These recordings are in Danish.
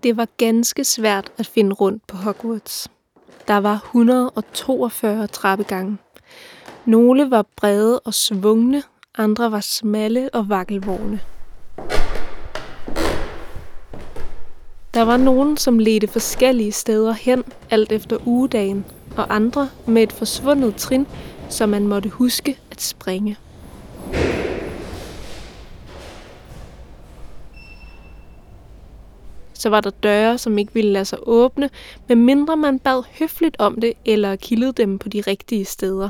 Det var ganske svært at finde rundt på Hogwarts. Der var 142 trappegange. Nogle var brede og svungne, andre var smalle og vakkelvorne. Der var nogen, som ledte forskellige steder hen, alt efter ugedagen, og andre med et forsvundet trin, som man måtte huske at springe. Så var der døre, som ikke ville lade sig åbne, medmindre man bad høfligt om det eller kildede dem på de rigtige steder.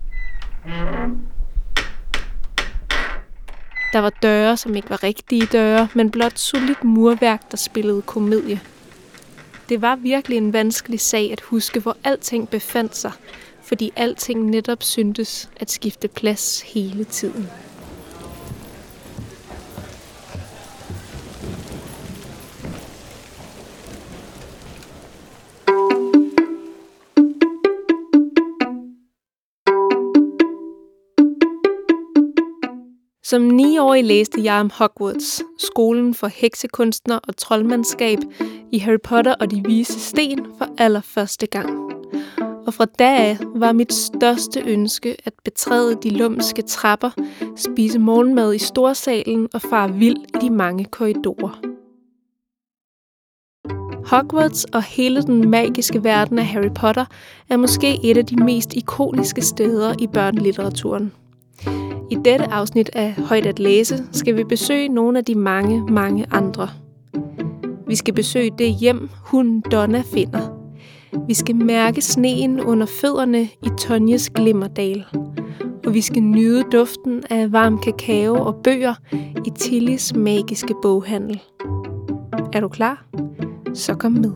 Der var døre, som ikke var rigtige døre, men blot solidt murværk, der spillede komedie. Det var virkelig en vanskelig sag at huske, hvor alting befandt sig, fordi alting netop syntes at skifte plads hele tiden. Som 9-årig læste jeg om Hogwarts, skolen for heksekunstner og troldmandskab i Harry Potter og de vise sten for allerførste gang. Og fra da af var mit største ønske at betræde de lumske trapper, spise morgenmad i storsalen og fare vild i de mange korridorer. Hogwarts og hele den magiske verden af Harry Potter er måske et af de mest ikoniske steder i børnelitteraturen. I dette afsnit af Højt at læse skal vi besøge nogle af de mange andre. Vi skal besøge det hjem, hunden Donna finder. Vi skal mærke sneen under fødderne i Tonjes glimmerdal. Og vi skal nyde duften af varm kakao og bøger i Tillys magiske boghandel. Er du klar? Så kom med.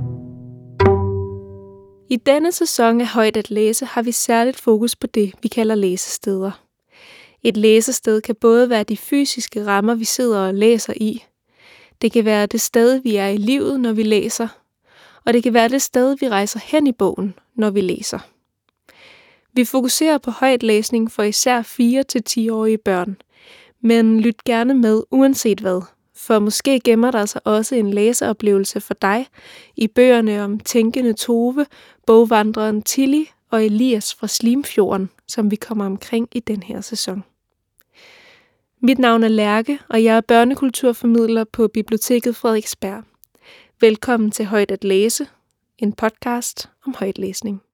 I denne sæson af Højt at læse har vi særligt fokus på det, vi kalder læsesteder. Et læsested kan både være de fysiske rammer, vi sidder og læser i. Det kan være det sted, vi er i livet, når vi læser. Og det kan være det sted, vi rejser hen i bogen, når vi læser. Vi fokuserer på højtlæsning for især 4-10-årige børn. Men lyt gerne med uanset hvad. For måske gemmer der sig også en læseoplevelse for dig i bøgerne om tænkende Tove, bogvandreren Tilly og Elias fra Slimfjorden, som vi kommer omkring i den her sæson. Mit navn er Lærke, og jeg er børnekulturformidler på Biblioteket Frederiksberg. Velkommen til Højt at læse, en podcast om højtlæsning.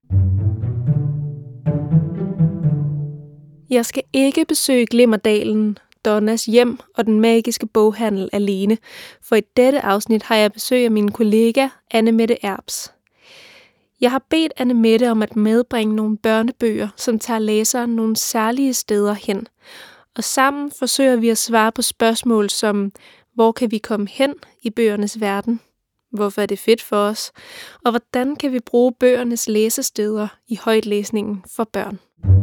Jeg skal ikke besøge Glimmerdalen, Donnas hjem og den magiske boghandel alene, for i dette afsnit har jeg besøg af min kollega Anne-Mette Erbs. Jeg har bedt Anne-Mette om at medbringe nogle børnebøger, som tager læseren nogle særlige steder hen. Og sammen forsøger vi at svare på spørgsmål som, hvor kan vi komme hen i bøgernes verden? Hvorfor er det fedt for os? Og hvordan kan vi bruge bøgernes læsesteder i højtlæsningen for børn?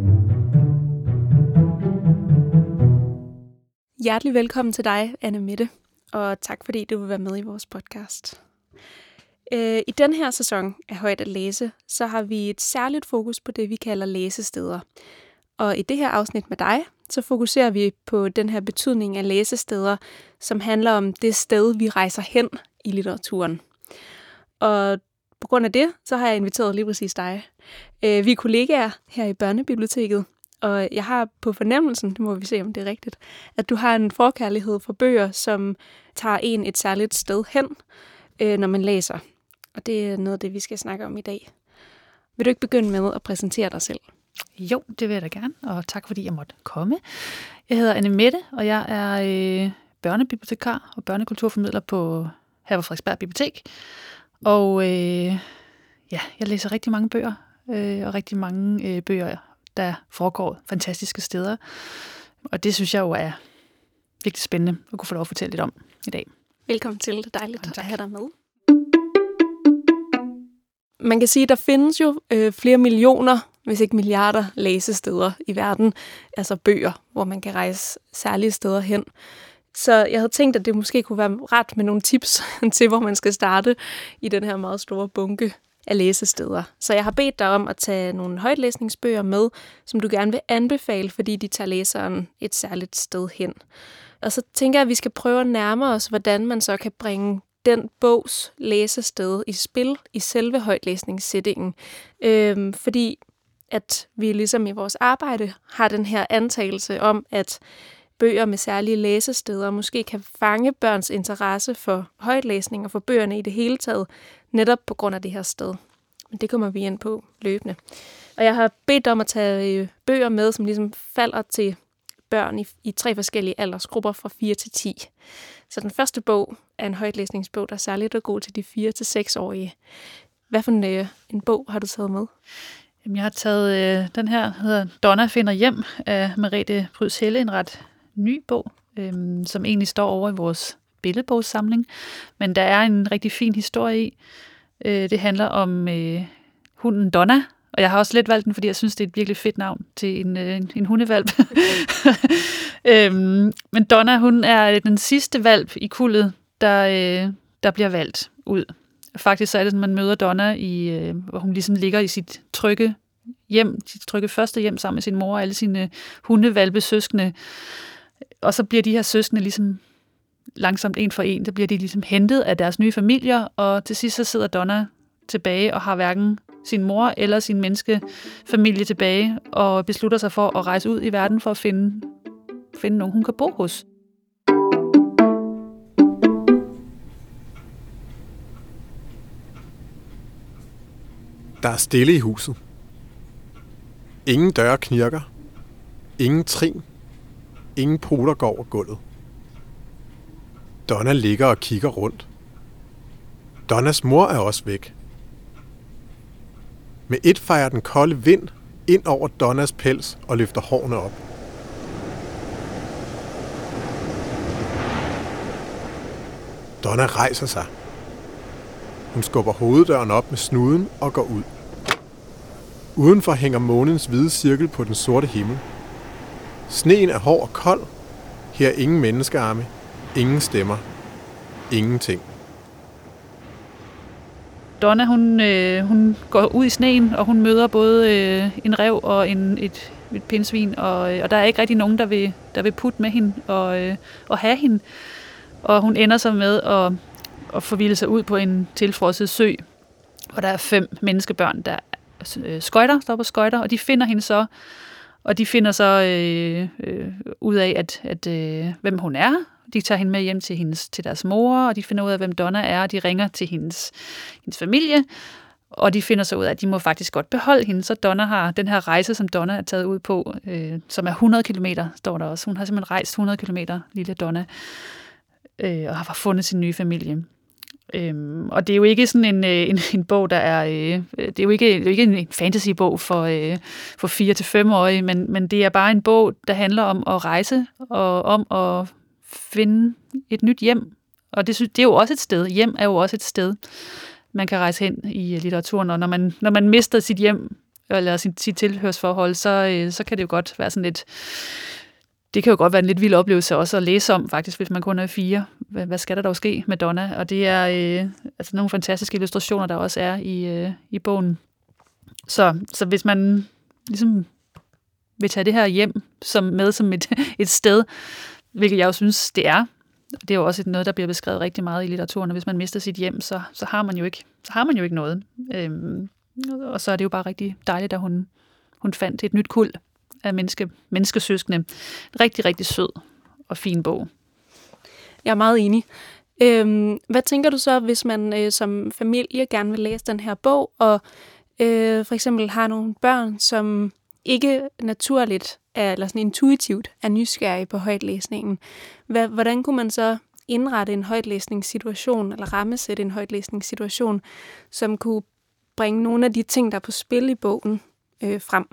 Hjertelig velkommen til dig, Anne-Mette, og tak fordi du vil være med i vores podcast. I den her sæson af Højt at læse, så har vi et særligt fokus på det, vi kalder læsesteder. Og i det her afsnit med dig, så fokuserer vi på den her betydning af læsesteder, som handler om det sted, vi rejser hen i litteraturen. Og på grund af det, så har jeg inviteret lige præcis dig. Vi er kollegaer her i Børnebiblioteket, og jeg har på fornemmelsen, det må vi se om det er rigtigt, at du har en forkærlighed for bøger, som tager en et særligt sted hen, når man læser. Og det er noget af det, vi skal snakke om i dag. Vil du ikke begynde med at præsentere dig selv? Jo, det vil jeg da gerne, og tak fordi jeg måtte komme. Jeg hedder Anne-Mette, og jeg er børnebibliotekar og børnekulturformidler her på Frederiksberg Bibliotek. Og jeg læser rigtig mange bøger, og rigtig mange bøger, der foregår fantastiske steder. Og det synes jeg jo er virkelig spændende at kunne få lov at fortælle lidt om i dag. Velkommen til, det er dejligt at have dig med. Man kan sige, at der findes jo flere millioner, hvis ikke milliarder læsesteder i verden, altså bøger, hvor man kan rejse særlige steder hen. Så jeg havde tænkt, at det måske kunne være ret med nogle tips til, hvor man skal starte i den her meget store bunke af læsesteder. Så jeg har bedt dig om at tage nogle højtlæsningsbøger med, som du gerne vil anbefale, fordi de tager læseren et særligt sted hen. Og så tænker jeg, at vi skal prøve at nærme os, hvordan man så kan bringe den bogs læsested i spil i selve højtlæsningssætningen. Fordi at vi ligesom i vores arbejde har den her antagelse om, at bøger med særlige læsesteder måske kan fange børns interesse for højtlæsning og for bøgerne i det hele taget, netop på grund af det her sted. Men det kommer vi ind på løbende. Og jeg har bedt om at tage bøger med, som ligesom falder til børn i 3 forskellige aldersgrupper fra 4 til 10. Så den første bog er en højtlæsningsbog, der særligt er god til de 4 til 6-årige. Hvad for en bog har du taget med? Jamen, jeg har taget den her, hedder Donna finder hjem af Merete Pryds Helle, en ret ny bog, som egentlig står over i vores billedbogssamling. Men der er en rigtig fin historie i. Det handler om hunden Donna, og jeg har også lidt valgt den, fordi jeg synes, det er et virkelig fedt navn til en hundevalp. Men Donna, hun er den sidste valp i kuldet, der bliver valgt ud. Faktisk så er det sådan, man møder Donna, hvor hun ligesom ligger i sit trygge første hjem sammen med sin mor og alle sine hundevalpe søskende. Og så bliver de her søskende ligesom langsomt en for en, der bliver de ligesom hentet af deres nye familier, og til sidst så sidder Donna tilbage og har hverken sin mor eller sin menneskefamilie tilbage, og beslutter sig for at rejse ud i verden for at finde nogen, hun kan bo hos. Der er stille i huset. Ingen døre knirker. Ingen trin. Ingen poter går over gulvet. Donna ligger og kigger rundt. Donnas mor er også væk. Med et fejer den kolde vind ind over Donnas pels og løfter hårene op. Donna rejser sig. Hun skubber hoveddøren op med snuden og går ud. Udenfor hænger månens hvide cirkel på den sorte himmel. Sneen er hård og kold. Her er ingen menneskearme, ingen stemmer, ingenting. Donna, hun går ud i sneen, og hun møder både en ræv og et pindsvin, og der er ikke rigtig nogen, der vil putte med hende og have hende. Og hun ender så med at forvilde sig ud på en tilfrosset sø, hvor der er 5 menneskebørn, der står på skøjter, og de finder hende så, og de finder så ud af, at hvem hun er. De tager hende med hjem til deres mor, og de finder ud af, hvem Donna er, og de ringer til hendes familie, og de finder så ud af, at de må faktisk godt beholde hende. Så Donna har den her rejse, som Donna er taget ud på, som er 100 kilometer, står der også. Hun har simpelthen rejst 100 kilometer, lille Donna, og har fundet sin nye familie. Og det er jo ikke sådan en bog, der er... det er jo ikke en fantasybog for 4 til 5-årige, men det er bare en bog, der handler om at rejse og om at finde et nyt hjem. Og det er jo også et sted. Hjem er jo også et sted, man kan rejse hen i litteraturen. Og når man mister sit hjem, eller sit tilhørsforhold, så kan det jo godt være sådan lidt... Det kan jo godt være en lidt vild oplevelse også at læse om, faktisk, hvis man kun er 4. Hvad skal der dog ske med Donna? Og det er altså nogle fantastiske illustrationer, der også er i bogen. Så hvis man ligesom vil tage det her hjem som et sted, hvilket jeg jo synes, det er. Det er jo også noget, der bliver beskrevet rigtig meget i litteraturen, og hvis man mister sit hjem, så har man jo ikke noget. Og så er det jo bare rigtig dejligt, at hun fandt et nyt kuld af menneskesøskende. En rigtig, rigtig sød og fin bog. Jeg er meget enig. Hvad tænker du så, hvis man som familie gerne vil læse den her bog, og for eksempel har nogle børn, som ikke naturligt eller sådan intuitivt er nysgerrige på højtlæsningen? Hvordan kunne man så indrette en højtlæsningssituation, eller rammesætte en højtlæsningssituation, som kunne bringe nogle af de ting, der er på spil i bogen, frem?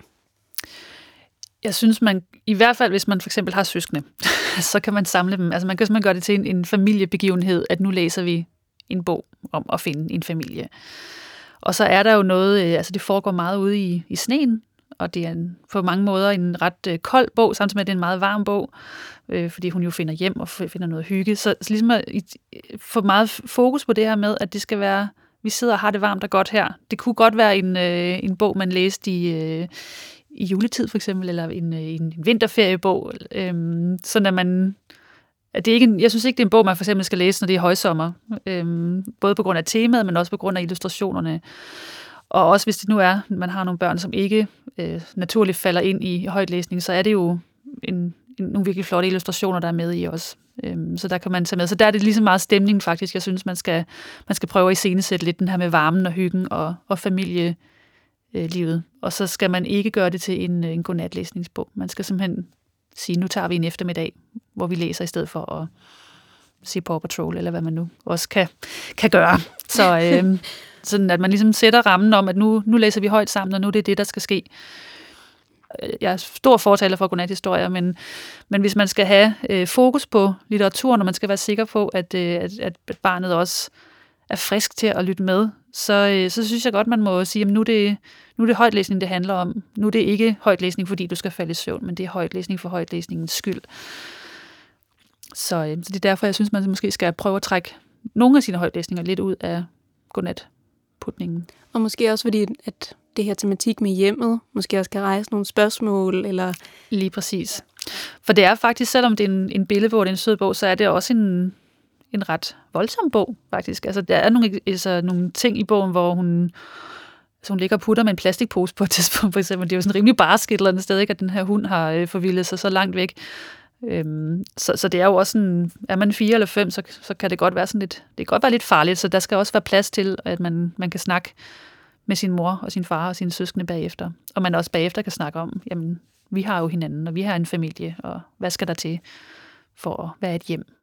Jeg synes, man i hvert fald, hvis man for eksempel har søskende, så kan man samle dem. Altså man kan simpelthen gøre det til en familiebegivenhed, at nu læser vi en bog om at finde en familie. Og så er der jo noget, altså det foregår meget ude i sneen, og det er på mange måder en ret kold bog, samtidig med, at det er en meget varm bog, fordi hun jo finder hjem og finder noget hygge. Så ligesom at få meget fokus på det her med, at det skal være, vi sidder og har det varmt og godt her. Det kunne godt være en bog, man læste i juletid for eksempel, eller en vinterferiebog, sådan at man at det ikke jeg synes ikke, det er en bog, man for eksempel skal læse, når det er højsommer. Både på grund af temaet, men også på grund af illustrationerne. Og også hvis det nu er, man har nogle børn, som ikke naturligt falder ind i højtlæsning, så er det jo nogle virkelig flotte illustrationer, der er med i også. Så der kan man tage med. Så der er det lige så meget stemning faktisk. Jeg synes, man skal prøve at iscenesætte lidt den her med varmen og hyggen og familielivet. Og så skal man ikke gøre det til en godnatlæsningsbog. Man skal simpelthen sige, nu tager vi en eftermiddag, hvor vi læser i stedet for at se Paw Patrol, eller hvad man nu også kan gøre. Så sådan at man ligesom sætter rammen om, at nu læser vi højt sammen, og nu er det, der skal ske. Jeg er stor fortaler for godnathistorier, men hvis man skal have fokus på litteraturen, og man skal være sikker på, at barnet også er frisk til at lytte med, så synes jeg godt, man må sige, at nu er det højtlæsning, det handler om. Nu er det ikke højtlæsning, fordi du skal falde i søvn, men det er højtlæsning for højtlæsningens skyld. Så det er derfor, jeg synes, man måske skal prøve at trække nogle af sine højtlæsninger lidt ud af godnatputningen. Og måske også fordi, at det her tematik med hjemmet måske også kan rejse nogle spørgsmål, eller... Lige præcis. For det er faktisk, selvom det er en billedbog, det er en sød bog, så er det også en ret voldsom bog, faktisk. Altså, der er nogle ting i bogen, hvor hun ligger og putter med en plastikpose på et tidspunkt, for eksempel. Det er jo sådan rimelig barsk et eller andet sted, ikke, at den her hund har forvildet sig så langt væk. Så det er jo også sådan, er man 4 eller 5, så kan det godt være sådan lidt, det kan godt være lidt farligt, så der skal også være plads til, at man kan snakke med sin mor og sin far og sine søskende bagefter. Og man også bagefter kan snakke om, jamen, vi har jo hinanden, og vi har en familie, og hvad skal der til for at være et hjem?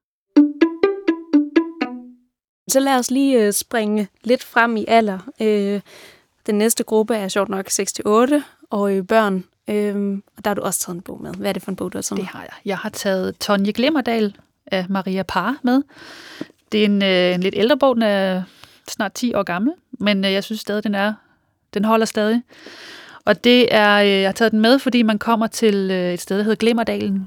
Så lad os lige springe lidt frem i alder. Den næste gruppe er sjovt nok 6-8-årige børn, og der har du også taget en bog med. Hvad er det for en bog, du har taget med? Det har jeg. Jeg har taget Tonje Glimmerdal af Maria Parr med. Det er en lidt ældre bog, den er snart 10 år gammel, men jeg synes stadig, den holder stadig. Og det er, jeg har taget den med, fordi man kommer til et sted, der hedder Glimmerdalen.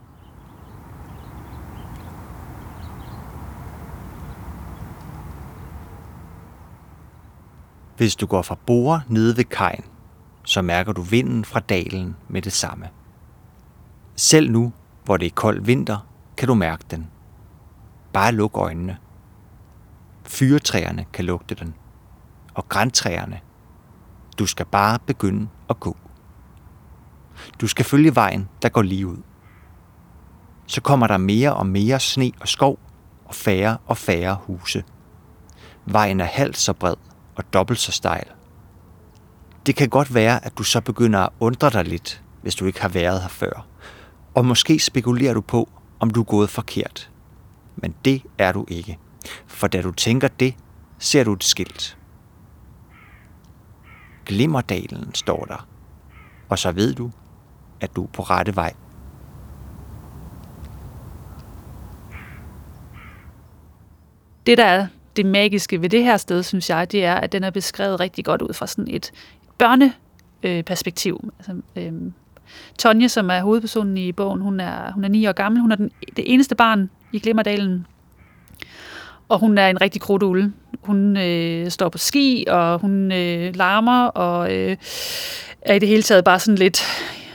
Hvis du går fra borde nede ved kajen, så mærker du vinden fra dalen med det samme. Selv nu, hvor det er kold vinter, kan du mærke den. Bare luk øjnene. Fyrretræerne kan lugte den. Og grantræerne. Du skal bare begynde at gå. Du skal følge vejen, der går lige ud. Så kommer der mere og mere sne og skov, og færre huse. Vejen er halvt så bred og dobbelt så stejl. Det kan godt være, at du så begynder at undre dig lidt, hvis du ikke har været her før. Og måske spekulerer du på, om du er gået forkert. Men det er du ikke. For da du tænker det, ser du et skilt. Glimmerdalen står der. Og så ved du, at du er på rette vej. Det, der er det magiske ved det her sted, synes jeg, det er, at den er beskrevet rigtig godt ud fra sådan et børneperspektiv. Tonje, som er hovedpersonen i bogen, hun er 9 år gammel. Hun er det eneste barn i Glimmerdalen. Og hun er en rigtig krudtugle. Hun står på ski, og hun larmer, og er i det hele taget bare sådan lidt...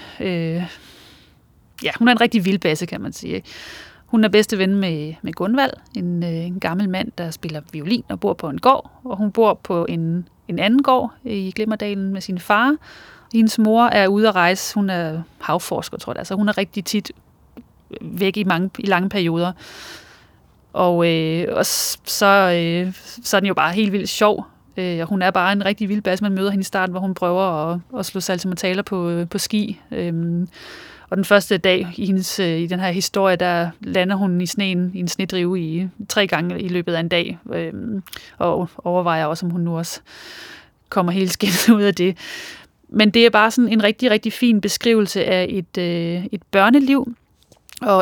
hun er en rigtig vildbasse, kan man sige. Hun er bedste ven med Gunvald, en gammel mand, der spiller violin og bor på en gård. Og hun bor på en anden gård i Glimmerdalen med sin far. Hendes mor er ude at rejse. Hun er havforsker, tror jeg. Altså, hun er rigtig tit væk i lange perioder. Og så er den jo bare helt vildt sjov. Hun er bare en rigtig vild basse. Man møder hende i starten, hvor hun prøver at slå saltomortaler på ski. Og den første dag i den her historie, der lander hun i sneen i en snedrive 3 gange i løbet af en dag. Og overvejer også, om hun nu også kommer helt skidt ud af det. Men det er bare sådan en rigtig, rigtig fin beskrivelse af et børneliv og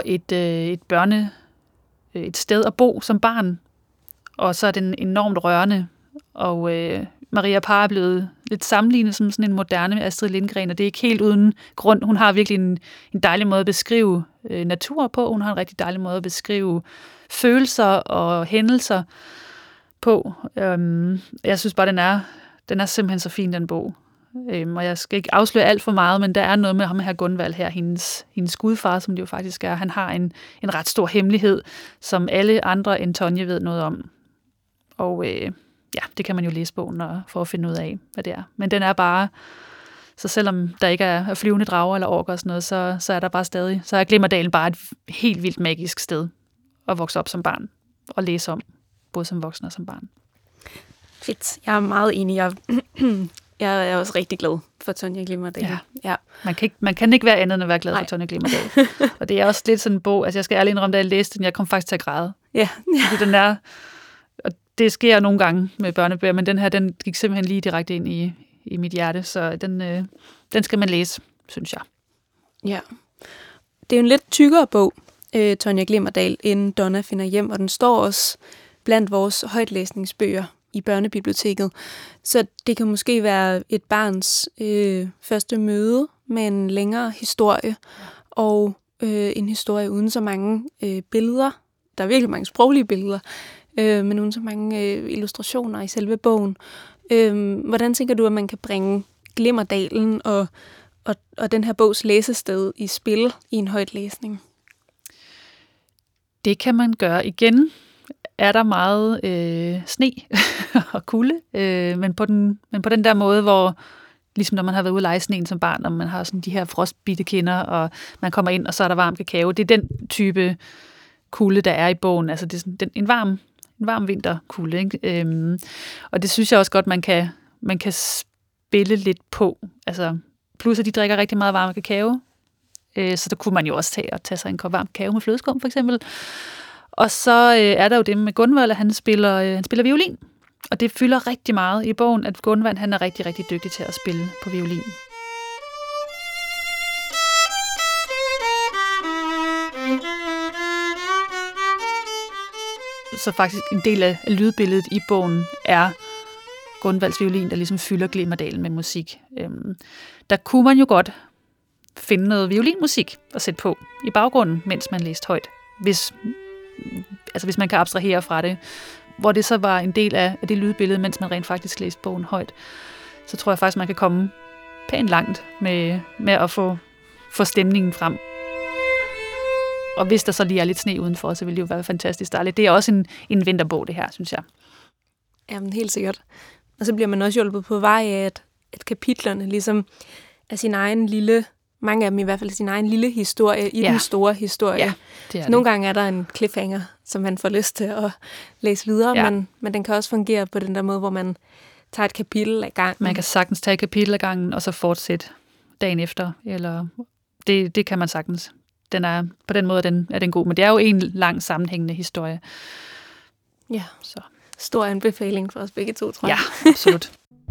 et sted at bo som barn. Og så er den enormt rørende. Og Maria Parr er blevet lidt sammenlignet som sådan en moderne Astrid Lindgren, og det er ikke helt uden grund. Hun har virkelig en dejlig måde at beskrive natur på. Hun har en rigtig dejlig måde at beskrive følelser og hændelser på. Jeg synes bare, den er simpelthen så fin, den bog. Og jeg skal ikke afsløre alt for meget, men der er noget med ham her Gunvald her, hendes gudfar, som det jo faktisk er. Han har en ret stor hemmelighed, som alle andre end Tonje ved noget om. Og det kan man jo læse bogen for at finde ud af, hvad det er. Men den er bare, så selvom der ikke er flyvende drager eller orker og sådan noget, så er der bare stadig, så er Glimmerdalen bare et helt vildt magisk sted at vokse op som barn og læse om, både som voksen og som barn. Fedt. Jeg er meget enig. Jeg er også rigtig glad for Tonje Glimmerdal. Ja. Man kan ikke være andet end at være glad for Tonje Glimmerdal. Og det er også lidt sådan en bog, altså jeg skal ærligt indrømme, da jeg læste den, jeg kom faktisk til at græde. Ja. Fordi den er, og det sker nogle gange med børnebøger, men den her, den gik simpelthen lige direkte ind i mit hjerte, så den skal man læse, synes jeg. Ja. Det er jo en lidt tykkere bog, Tonje Glimmerdal, end Donna finder hjem, og den står også blandt vores højtlæsningsbøger i børnebiblioteket. Så det kan måske være et barns første møde med en længere historie, og en historie uden så mange billeder. Der er virkelig mange sproglige billeder, men uden så mange illustrationer i selve bogen. Hvordan tænker du, at man kan bringe Glimmerdalen og den her bogs læsested i spil i en højtlæsning? Det kan man gøre igen. Er der meget sne og kulde, men på den der måde, hvor ligesom når man har været ude og lege sneen som barn, og man har sådan de her frostbitte kinder, og man kommer ind, og så er der varm kakao. Det er den type kulde, der er i bogen. Altså det er sådan en varm vinterkulde, ikke? Og det synes jeg også godt, man kan spille lidt på. Altså, plus at de drikker rigtig meget varm kakao, så der kunne man jo også tage sig en kop varm kakao med flødeskum, for eksempel. Og så er der jo det med Gunvald, at han spiller violin. Og det fylder rigtig meget i bogen, at Gunvald han er rigtig, rigtig dygtig til at spille på violin. Så faktisk en del af lydbilledet i bogen er Gunvalds violin, der ligesom fylder Glimmerdalen med musik. Der kunne man jo godt finde noget violinmusik at sætte på i baggrunden, mens man læste højt. Hvis man kan abstrahere fra det, hvor det så var en del af det lydbillede, mens man rent faktisk læste bogen højt, så tror jeg faktisk, man kan komme pænt langt med at få stemningen frem. Og hvis der så lige er lidt sne udenfor, så vil det jo være fantastisk dejligt. Det er også en vinterbog, det her, synes jeg. Jamen, helt sikkert. Og så bliver man også hjulpet på vej af, at kapitlerne ligesom er sin egen lille, mange af dem i hvert fald sin egen lille historie i den store historie. Ja, det er så nogle gange er der en cliffhanger, som man får lyst til at læse videre, men den kan også fungere på den der måde, hvor man tager et kapitel ad gangen. Man kan sagtens tage et kapitel ad gangen, og så fortsætte dagen efter, eller det kan man sagtens. På den måde er den god, men det er jo en lang sammenhængende historie. Ja, så stor anbefaling for os begge to, tror jeg. Ja, absolut.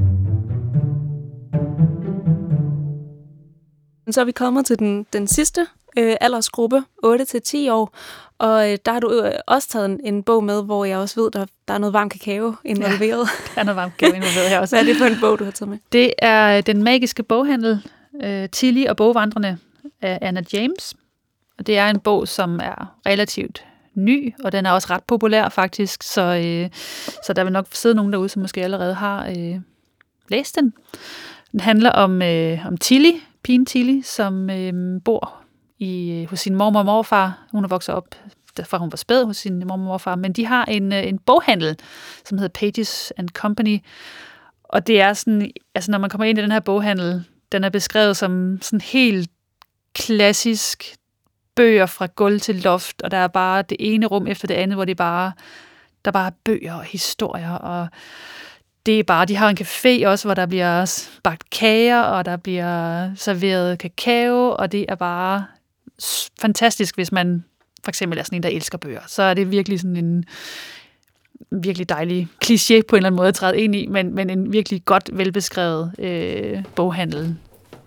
Så er vi kommet til den sidste aldersgruppe, 8-10 år, og der har du også taget en bog med, hvor jeg også ved, der er noget varm kakao involveret. Ja, der er noget varm kakao involveret her også. Hvad er det for en bog, du har taget med? Det er Den magiske boghandel, Tilly og bogvandrene af Anna James. Og det er en bog, som er relativt ny, og den er også ret populær faktisk, så der vil nok sidde nogen derude, som måske allerede har læst den. Den handler om Tilly, pigen Tilly, som bor hos sin mormor og morfar. Hun er vokset op, fra hun var spæd hos sin mormor og morfar, men de har en boghandel, som hedder Pages and Company. Og det er sådan, altså når man kommer ind i den her boghandel, den er beskrevet som sådan helt klassisk bøger fra gulv til loft, og der er bare det ene rum efter det andet, hvor der bare er bøger og historier, og det er bare, de har en café også, hvor der bliver bagt kager, og der bliver serveret kakao, og det er bare fantastisk, hvis man for eksempel er sådan en, der elsker bøger. Så er det virkelig sådan en virkelig dejlig kliché på en eller anden måde at træde ind i, men en virkelig godt velbeskrevet boghandel.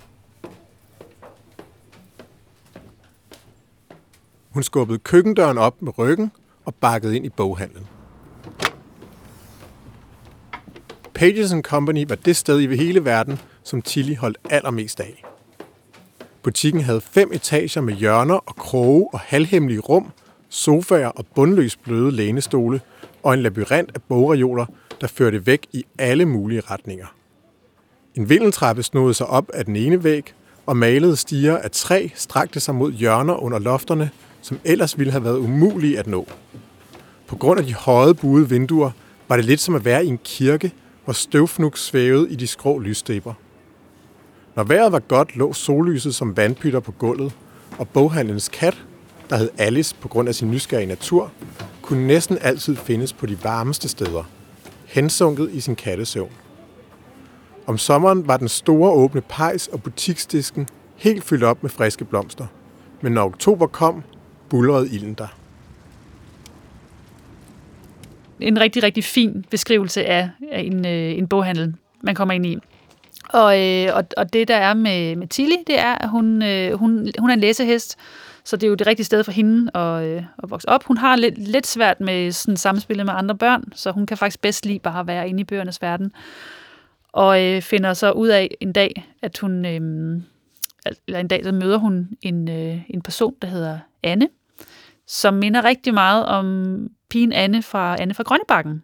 Hun skubbede køkkendøren op med ryggen og bakkede ind i boghandlen. Pages & Company var det sted i hele verden, som Tilly holdt allermest af. Butikken havde 5 etager med hjørner og kroge og halvhemmelige rum, sofaer og bundløst bløde lænestole og en labyrint af bogreoler, der førte væk i alle mulige retninger. En vindeltrappe snodede sig op af den ene væg, og malede stiger af træ strakte sig mod hjørner under lofterne, som ellers ville have været umulige at nå. På grund af de høje buede vinduer var det lidt som at være i en kirke, hvor støvfnug svævede i de skrå lysstriber. Når vejret var godt, lå sollyset som vandpytter på gulvet, og boghandlens kat, der hed Alice på grund af sin nysgerrige natur, kunne næsten altid findes på de varmeste steder, hensunket i sin kattesøvn. Om sommeren var den store åbne pejs og butiksdisken helt fyldt op med friske blomster, men når oktober kom, buldrede ilden der. En rigtig, rigtig fin beskrivelse af en boghandel, man kommer ind i. Og det, der er med Tilly, det er, at hun er en læsehest, så det er jo det rigtige sted for hende at vokse op. Hun har lidt svært med sådan samspillet med andre børn, så hun kan faktisk bedst lide bare at være inde i bøgernes verden. Og finder så ud af en dag, at hun, eller en dag, så møder hun en person, der hedder Anne, som minder rigtig meget om pigen Anne fra Grønnebakken.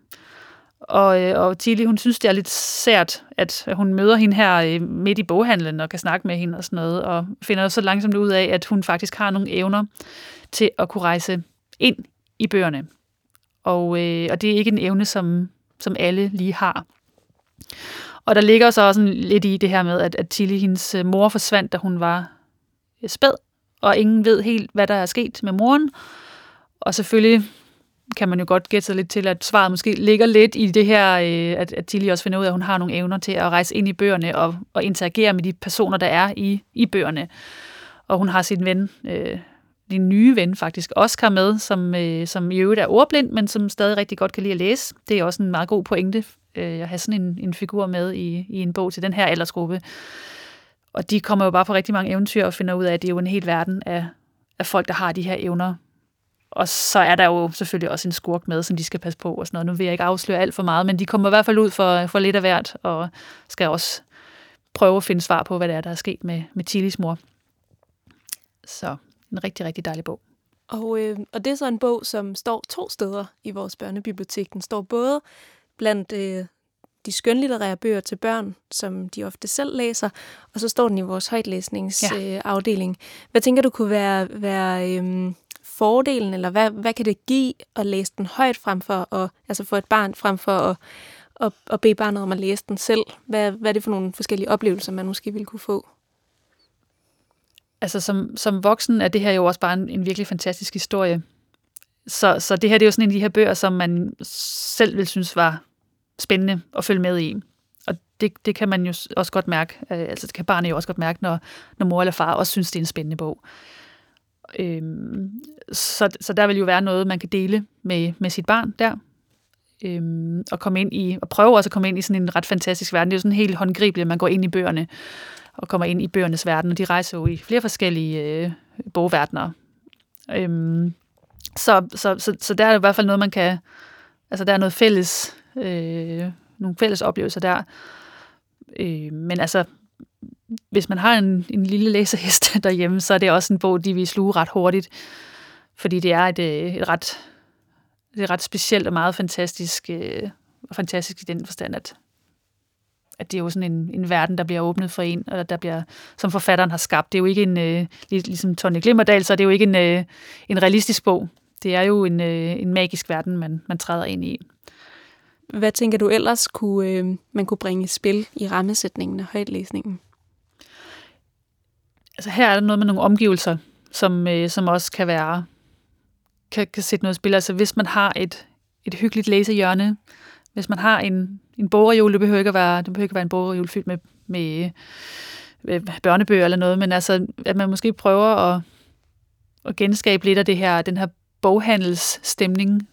Og Tilly, hun synes, det er lidt sært, at hun møder hende her midt i boghandlen og kan snakke med hende og sådan noget, og finder så langsomt ud af, at hun faktisk har nogle evner til at kunne rejse ind i bøgerne. Og det er ikke en evne, som alle lige har. Og der ligger så også lidt i det her med, at Tilly, hendes mor, forsvandt, da hun var spæd, og ingen ved helt, hvad der er sket med moren. Og selvfølgelig kan man jo godt gætte sig lidt til, at svaret måske ligger lidt i det her, at Tilly også finder ud af, at hun har nogle evner til at rejse ind i bøgerne og interagere med de personer, der er i bøgerne. Og hun har sin ven, din nye ven faktisk, Oscar med, som i øvrigt er ordblind, men som stadig rigtig godt kan lide at læse. Det er også en meget god pointe at have sådan en figur med i en bog til den her aldersgruppe. Og de kommer jo bare på rigtig mange eventyr og finder ud af, at det er jo en hel verden af folk, der har de her evner. Og så er der jo selvfølgelig også en skurk med, som de skal passe på og sådan noget. Nu vil jeg ikke afsløre alt for meget, men de kommer i hvert fald ud for lidt af hvert, og skal også prøve at finde svar på, hvad det er, der er sket med Tillys mor. Så en rigtig, rigtig dejlig bog. Og det er så en bog, som står 2 steder i vores børnebibliotek. Den står både blandt de skønlitterære bøger til børn, som de ofte selv læser, og så står den i vores højtlæsningsafdeling. Hvad tænker du kunne være fordelen, eller hvad kan det give at læse den højt frem for, altså for et barn frem for at bede barnet om at læse den selv? Hvad er det for nogle forskellige oplevelser, man måske ville kunne få? Altså som voksen er det her jo også bare en virkelig fantastisk historie. Så det her det er jo sådan en af de her bøger, som man selv vil synes var spændende at følge med i. Og det kan man jo også godt mærke, altså det kan barnet jo også godt mærke, når mor eller far også synes, det er en spændende bog. Så der vil jo være noget, man kan dele med sit barn der. Og komme ind i, og prøve også at komme ind i sådan en ret fantastisk verden. Det er jo sådan helt håndgribeligt, at man går ind i bøgerne og kommer ind i bøgernes verden, og de rejser jo i flere forskellige bogverdener. Så der er i hvert fald noget, man kan, altså der er noget fælles, nogle fælles oplevelser der. Men altså, hvis man har en lille læsehest derhjemme, så er det også en bog, de vil sluge ret hurtigt, fordi det er et ret specielt og meget fantastisk i den forstand, at det er jo sådan en verden, der bliver åbnet for en, og der bliver, som forfatteren har skabt. Det er jo ikke ligesom Tonje Glimmerdal, så er det jo ikke en realistisk bog. Det er jo en magisk verden, man træder ind i. Hvad tænker du ellers man kunne bringe i spil i rammesætningen af højtlæsningen? Altså her er der noget med nogle omgivelser, som også kan være kan sætte noget i spil. Altså hvis man har et hyggeligt læsehjørne, hvis man har en bogreol, det behøver ikke at være en bogreol fyldt med børnebøger eller noget, men altså at man måske prøver at genskabe lidt af den her boghandelsstemning.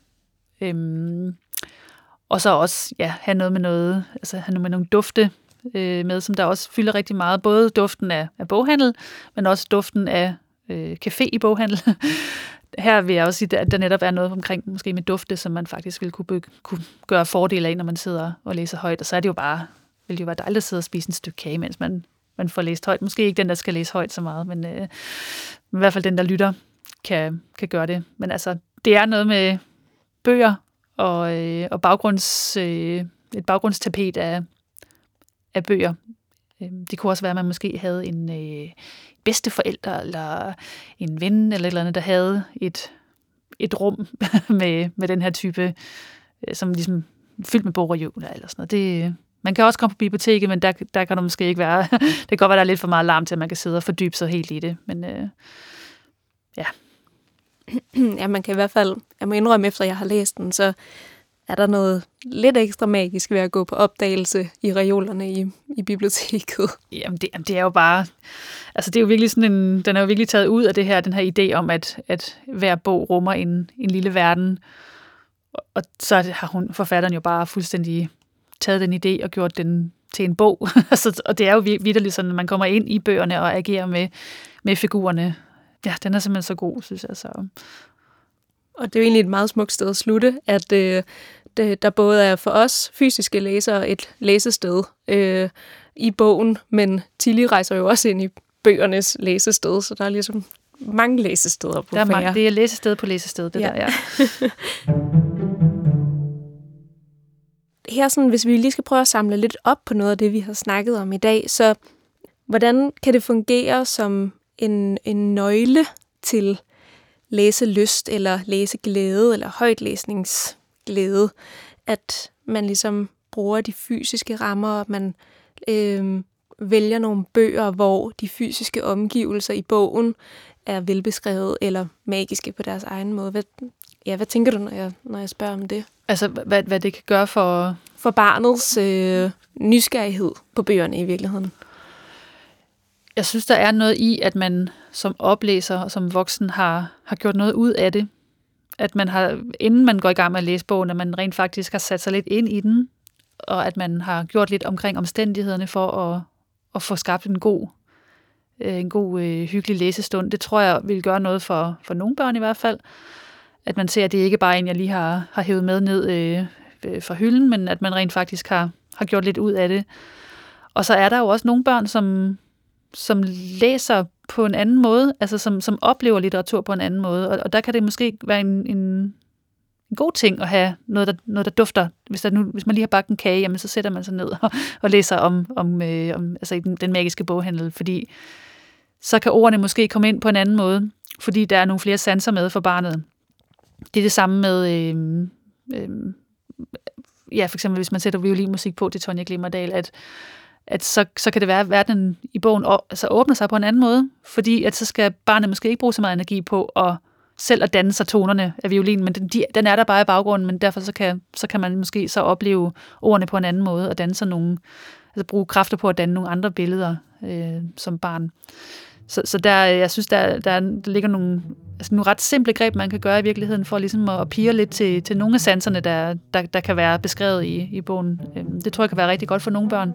Og så også have noget med nogle dufte med, som der også fylder rigtig meget. Både duften af boghandel, men også duften af café i boghandel. Her vil jeg også sige, at der netop er noget omkring måske med dufte, som man faktisk vil kunne gøre fordel af, når man sidder og læser højt. Og så er det jo bare, vil det jo være dejligt at sidde og spise en stykke kage, mens man får læst højt. Måske ikke den, der skal læse højt så meget, men i hvert fald den, der lytter, kan gøre det. Men altså, det er noget med bøger og et baggrundstapet af bøger Det kunne også være, at man måske havde en bedsteforælder, eller en ven, eller et eller andet, der havde et rum med den her type, som ligesom fyldt med bogreoler eller sådan noget. Det, man kan også komme på biblioteket, men der kan der måske ikke være. Det kan godt være, der er lidt for meget larm til, at man kan sidde og fordybe sig helt i det. Men ja. Ja, man kan i hvert fald, jeg må indrømme, efter jeg har læst den, så er der noget lidt ekstra magisk ved at gå på opdagelse i reolerne i biblioteket. Jamen det er jo bare, altså det er jo virkelig sådan den er jo virkelig taget ud af det her, den her idé om, at hver bog rummer en lille verden, og så har forfatteren jo bare fuldstændig taget den idé og gjort den til en bog. Og det er jo vitterligt sådan, at man kommer ind i bøgerne og agerer med figurerne. Ja, den er simpelthen så god, synes jeg. Så. Og det er jo egentlig et meget smukt sted at slutte, at der både er for os fysiske læsere et læsested i bogen, men Tilly rejser jo også ind i bøgernes læsested, så der er ligesom mange læsesteder på færre. Det er læsested på læsested, det der, ja. Her, sådan, hvis vi lige skal prøve at samle lidt op på noget af det, vi har snakket om i dag, så hvordan kan det fungere som en nøgle til læselyst eller læseglæde eller højtlæsningsglæde, at man ligesom bruger de fysiske rammer, og man vælger nogle bøger, hvor de fysiske omgivelser i bogen er velbeskrevet eller magiske på deres egen måde. Hvad tænker du, når jeg spørger om det? Altså, hvad det kan gøre for barnets nysgerrighed på bøgerne i virkeligheden? Jeg synes, der er noget i, at man som oplæser og som voksen har gjort noget ud af det. At man har, inden man går i gang med at læse bogen, at man rent faktisk har sat sig lidt ind i den, og at man har gjort lidt omkring omstændighederne for at få skabt en god hyggelig læsestund. Det tror jeg vil gøre noget for nogle børn i hvert fald. At man ser, at det ikke bare er en, jeg lige har hævet med ned fra hylden, men at man rent faktisk har gjort lidt ud af det. Og så er der jo også nogle børn, som læser på en anden måde, altså som oplever litteratur på en anden måde. Og der kan det måske være en god ting at have noget, der dufter. Hvis man lige har bagt en kage, jamen, så sætter man sig ned og læser om altså den magiske boghandel, fordi så kan ordene måske komme ind på en anden måde, fordi der er nogle flere sanser med for barnet. Det er det samme med, for eksempel hvis man sætter violinmusik på til Tonja Glimmerdal, at så kan det være, at verden i bogen så åbner sig på en anden måde, fordi at så skal barnet måske ikke bruge så meget energi på selv at danne sig tonerne af violinen, men den er der bare i baggrunden, men derfor så kan man måske så opleve ordene på en anden måde, og danne sig bruge kræfter på at danne nogle andre billeder som barn. Så der, jeg synes, der ligger nogle ret simple greb, man kan gøre i virkeligheden, for ligesom at pirre lidt til nogle af sanserne, der kan være beskrevet i bogen. Det tror jeg kan være rigtig godt for nogle børn.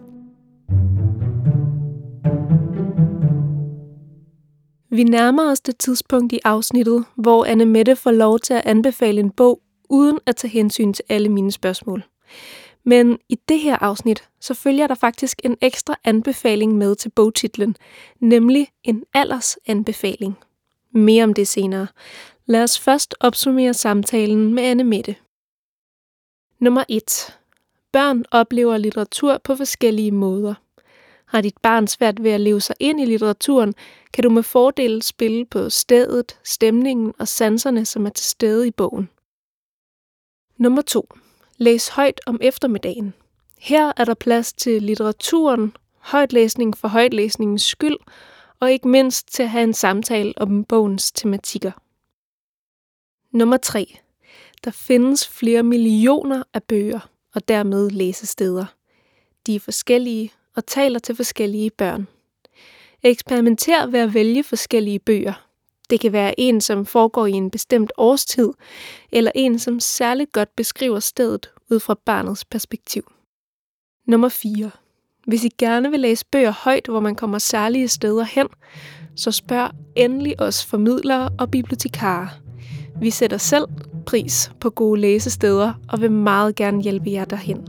Vi nærmer os det tidspunkt i afsnittet, hvor Anne-Mette får lov til at anbefale en bog, uden at tage hensyn til alle mine spørgsmål. Men i det her afsnit, så følger der faktisk en ekstra anbefaling med til bogtitlen, nemlig en aldersanbefaling. Mere om det senere. Lad os først opsummere samtalen med Anne-Mette. Nummer 1. Børn oplever litteratur på forskellige måder. Har dit barn svært ved at leve sig ind i litteraturen, kan du med fordel spille på stedet, stemningen og sanserne, som er til stede i bogen. Nummer 2. Læs højt om eftermiddagen. Her er der plads til litteraturen, højtlæsning for højtlæsningens skyld, og ikke mindst til at have en samtale om bogens tematikker. Nummer 3. Der findes flere millioner af bøger, og dermed læsesteder. De er forskellige og taler til forskellige børn. Eksperimenter ved at vælge forskellige bøger. Det kan være en, som foregår i en bestemt årstid, eller en, som særligt godt beskriver stedet ud fra barnets perspektiv. Nummer 4. Hvis I gerne vil læse bøger højt, hvor man kommer særlige steder hen, så spørg endelig os formidlere og bibliotekarer. Vi sætter selv pris på gode læsesteder og vil meget gerne hjælpe jer derhen.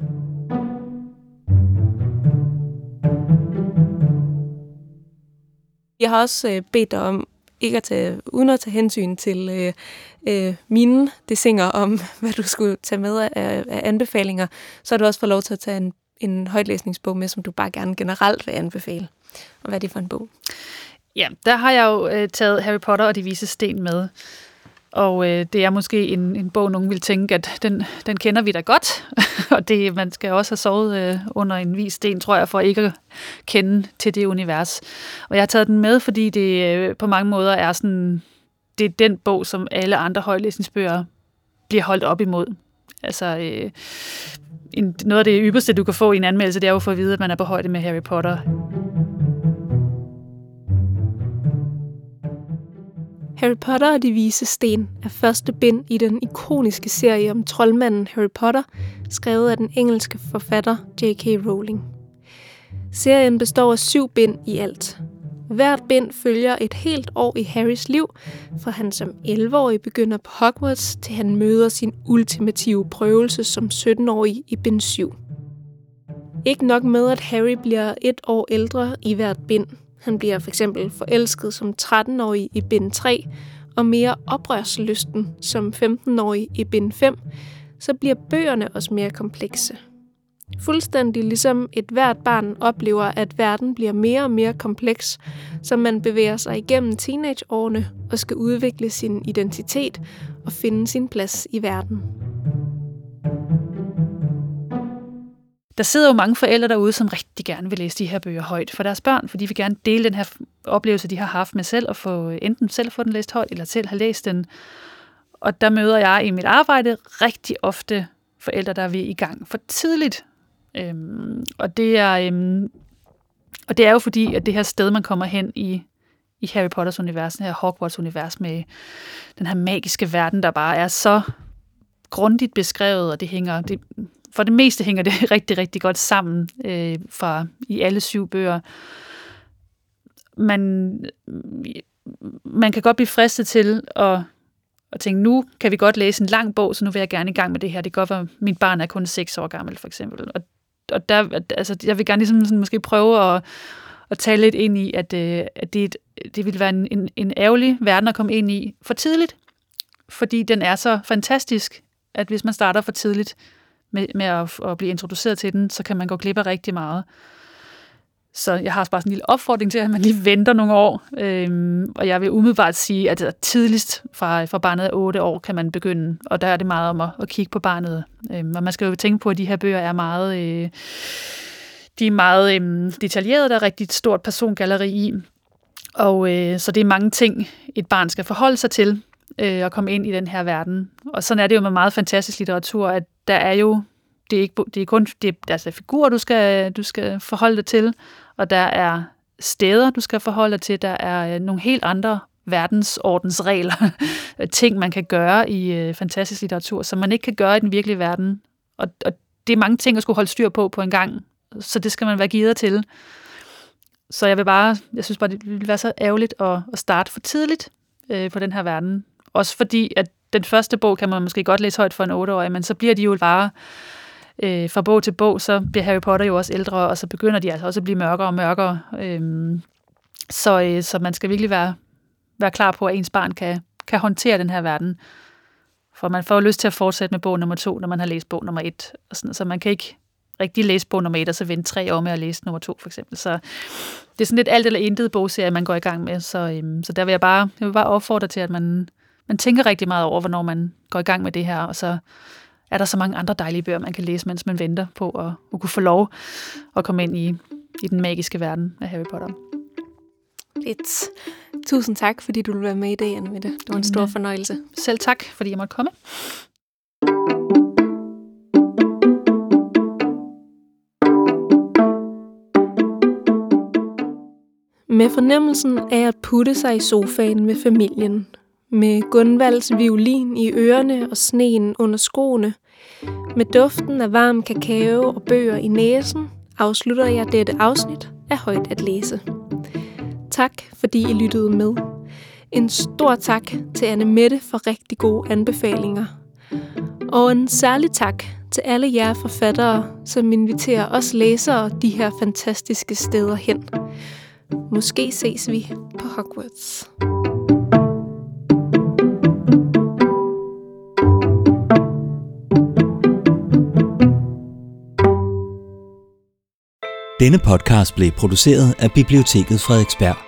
Jeg har også bedt dig om ikke uden at tage hensyn til mine desinger om, hvad du skulle tage med af anbefalinger, så har du også fået lov til at tage en højtlæsningsbog med, som du bare gerne generelt vil anbefale? Og hvad er det for en bog? Ja, der har jeg jo taget Harry Potter og De Vises Sten med. Og det er måske en bog, nogen vil tænke, at den kender vi da godt. Og man skal også have sovet under en vis sten, tror jeg, for ikke at kende til det univers. Og jeg har taget den med, fordi det på mange måder er sådan, det er den bog, som alle andre højtlæsningsbøger bliver holdt op imod. Altså, noget af det ypperste, du kan få i en anmeldelse, det er jo for at vide, at man er på højde med Harry Potter. Harry Potter og De Vises Sten er første bind i den ikoniske serie om troldmanden Harry Potter, skrevet af den engelske forfatter J.K. Rowling. Serien består af 7 bind i alt. Hvert bind følger et helt år i Harrys liv, fra han som 11-årig begynder på Hogwarts, til han møder sin ultimative prøvelse som 17-årig i bind 7. Ikke nok med, at Harry bliver 1 år ældre i hvert bind. Han bliver for eksempel forelsket som 13-årig i bind 3, og mere oprørslysten som 15-årig i bind 5, så bliver bøgerne også mere komplekse. Fuldstændig ligesom et hvert barn oplever, at verden bliver mere og mere kompleks, som man bevæger sig igennem teenageårene og skal udvikle sin identitet og finde sin plads i verden. Der sidder jo mange forældre derude, som rigtig gerne vil læse de her bøger højt for deres børn, for de vil gerne dele den her oplevelse, de har haft med selv, og enten selv få den læst højt, eller selv have læst den. Og der møder jeg i mit arbejde rigtig ofte forældre, der vil i gang for tidligt. Og det er jo fordi, at det her sted, man kommer hen i Harry Potters univers, den her Hogwarts-univers med den her magiske verden, der bare er så grundigt beskrevet, og for det meste hænger det rigtig, rigtig godt sammen i alle 7 bøger. Man kan godt blive fristet til at tænke, nu kan vi godt læse en lang bog, så nu vil jeg gerne i gang med det her. Det kan godt være, at mit barn er kun 6 år gammel, for eksempel. Og der, altså, jeg vil gerne ligesom sådan, måske prøve at tale lidt ind i, at det vil være en ærgerlig verden at komme ind i for tidligt, fordi den er så fantastisk, at hvis man starter for tidligt med at blive introduceret til den, så kan man gå glip af rigtig meget. Så jeg har bare sådan en lille opfordring til, at man lige venter nogle år. Og jeg vil umiddelbart sige, at tidligst fra barnet er 8 år, kan man begynde. Og der er det meget om at kigge på barnet. Og man skal jo tænke på, at de her bøger er meget, detaljerede. Der er rigtig stort persongalleri i. Og så det er mange ting, et barn skal forholde sig til at komme ind i den her verden. Og sådan er det jo med meget fantastisk litteratur, at der er jo det er kun altså figurer, du skal forholde dig til, og der er steder, du skal forholde dig til. Der er nogle helt andre verdensordensregler, ting, man kan gøre i fantastisk litteratur, som man ikke kan gøre i den virkelige verden. Og det er mange ting, at skulle holde styr på en gang, så det skal man være gearet til. Så jeg synes bare, det ville være så ærgerligt at starte for tidligt på den her verden. Også fordi, at den første bog kan man måske godt læse højt for en 8-årig, men så bliver de jo bare fra bog til bog, så bliver Harry Potter jo også ældre, og så begynder de altså også at blive mørkere og mørkere. Så man skal virkelig være klar på, at ens barn kan håndtere den her verden. For man får jo lyst til at fortsætte med bog nummer 2, når man har læst bog nummer 1. Og sådan, så man kan ikke rigtig læse bog nummer 1, og så vente 3 år med at læse nummer 2, for eksempel. Så det er sådan lidt alt eller intet bogserie, man går i gang med. Så der vil jeg bare opfordre til, at man tænker rigtig meget over, hvornår man går i gang med det her, og så er der så mange andre dejlige bøger, man kan læse, mens man venter på at kunne få lov at komme ind i den magiske verden af Harry Potter. Lidt. Tusind tak, fordi du ville være med i dag, Anne Mette. Det var en stor fornøjelse. Selv tak, fordi jeg måtte komme. Med fornemmelsen af at putte sig i sofaen med familien, med Gunvalds violin i ørerne og sneen under skoene, med duften af varm kakao og bøger i næsen, afslutter jeg dette afsnit af Højt at læse. Tak, fordi I lyttede med. En stor tak til Anne Mette for rigtig gode anbefalinger. Og en særlig tak til alle jer forfattere, som inviterer os læsere de her fantastiske steder hen. Måske ses vi på Hogwarts. Denne podcast blev produceret af Biblioteket Frederiksberg.